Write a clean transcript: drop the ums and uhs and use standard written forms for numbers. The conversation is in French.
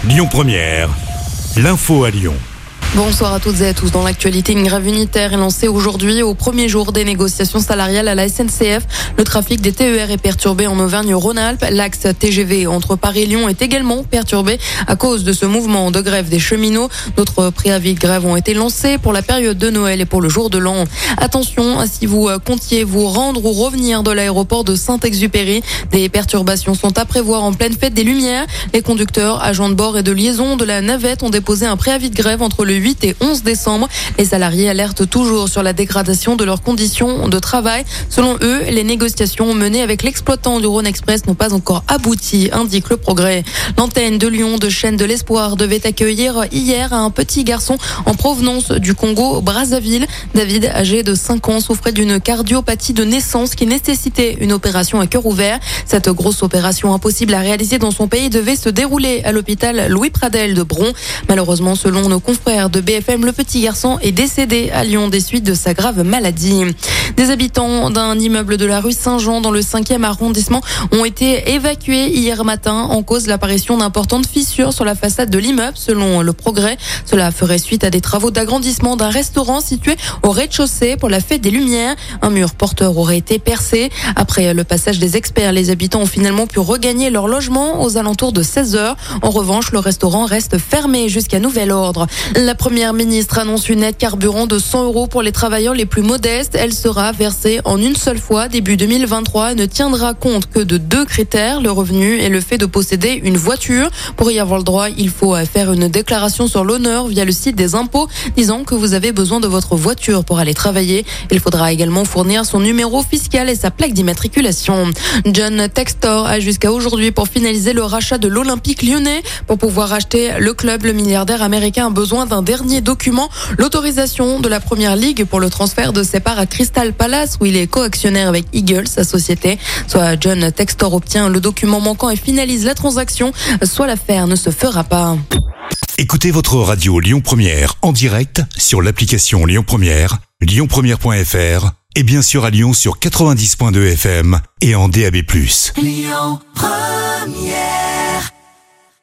Lyon Première, l'info à Lyon. Bonsoir à toutes et à tous. Dans l'actualité, une grève unitaire est lancée aujourd'hui au premier jour des négociations salariales à la SNCF. Le trafic des TER est perturbé en Auvergne-Rhône-Alpes. L'axe TGV entre Paris et Lyon est également perturbé à cause de ce mouvement de grève des cheminots. D'autres préavis de grève ont été lancés pour la période de Noël et pour le jour de l'an. Attention, si vous comptiez vous rendre ou revenir de l'aéroport de Saint-Exupéry, des perturbations sont à prévoir en pleine fête des Lumières. Les conducteurs, agents de bord et de liaison de la navette ont déposé un préavis de grève entre le 8 et 11 décembre. Les salariés alertent toujours sur la dégradation de leurs conditions de travail. Selon eux, les négociations menées avec l'exploitant du Rhône Express n'ont pas encore abouti, indique Le Progrès. L'antenne de Lyon de Chaîne de l'Espoir devait accueillir hier un petit garçon en provenance du Congo-Brazzaville. David, âgé de 5 ans, souffrait d'une cardiopathie de naissance qui nécessitait une opération à cœur ouvert. Cette grosse opération impossible à réaliser dans son pays devait se dérouler à l'hôpital Louis Pradel de Bron. Malheureusement, selon nos confrères de BFM, le petit garçon est décédé à Lyon des suites de sa grave maladie. Des habitants d'un immeuble de la rue Saint-Jean dans le 5e arrondissement ont été évacués hier matin en cause de l'apparition d'importantes fissures sur la façade de l'immeuble. Selon Le Progrès, cela ferait suite à des travaux d'agrandissement d'un restaurant situé au rez-de-chaussée pour la fête des Lumières. Un mur porteur aurait été percé. Après le passage des experts, les habitants ont finalement pu regagner leur logement aux alentours de 16h. En revanche, le restaurant reste fermé jusqu'à nouvel ordre. La première ministre annonce une aide carburant de 100 € pour les travailleurs les plus modestes. Elle sera versée en une seule fois début 2023 et ne tiendra compte que de 2 critères, le revenu et le fait de posséder une voiture. Pour y avoir le droit, il faut faire une déclaration sur l'honneur via le site des impôts disant que vous avez besoin de votre voiture pour aller travailler. Il faudra également fournir son numéro fiscal et sa plaque d'immatriculation. John Textor a jusqu'à aujourd'hui pour finaliser le rachat de l'Olympique lyonnais. Pour pouvoir acheter le club, le milliardaire américain a besoin d'un dernier document, l'autorisation de la Première Ligue pour le transfert de ses parts à Crystal Palace où il est coactionnaire avec Eagles, sa société. Soit John Textor obtient le document manquant et finalise la transaction, soit l'affaire ne se fera pas. Écoutez votre radio Lyon Première en direct sur l'application Lyon Première, lyonpremière.fr et bien sûr à Lyon sur 90.2 FM et en DAB+. Lyon Première.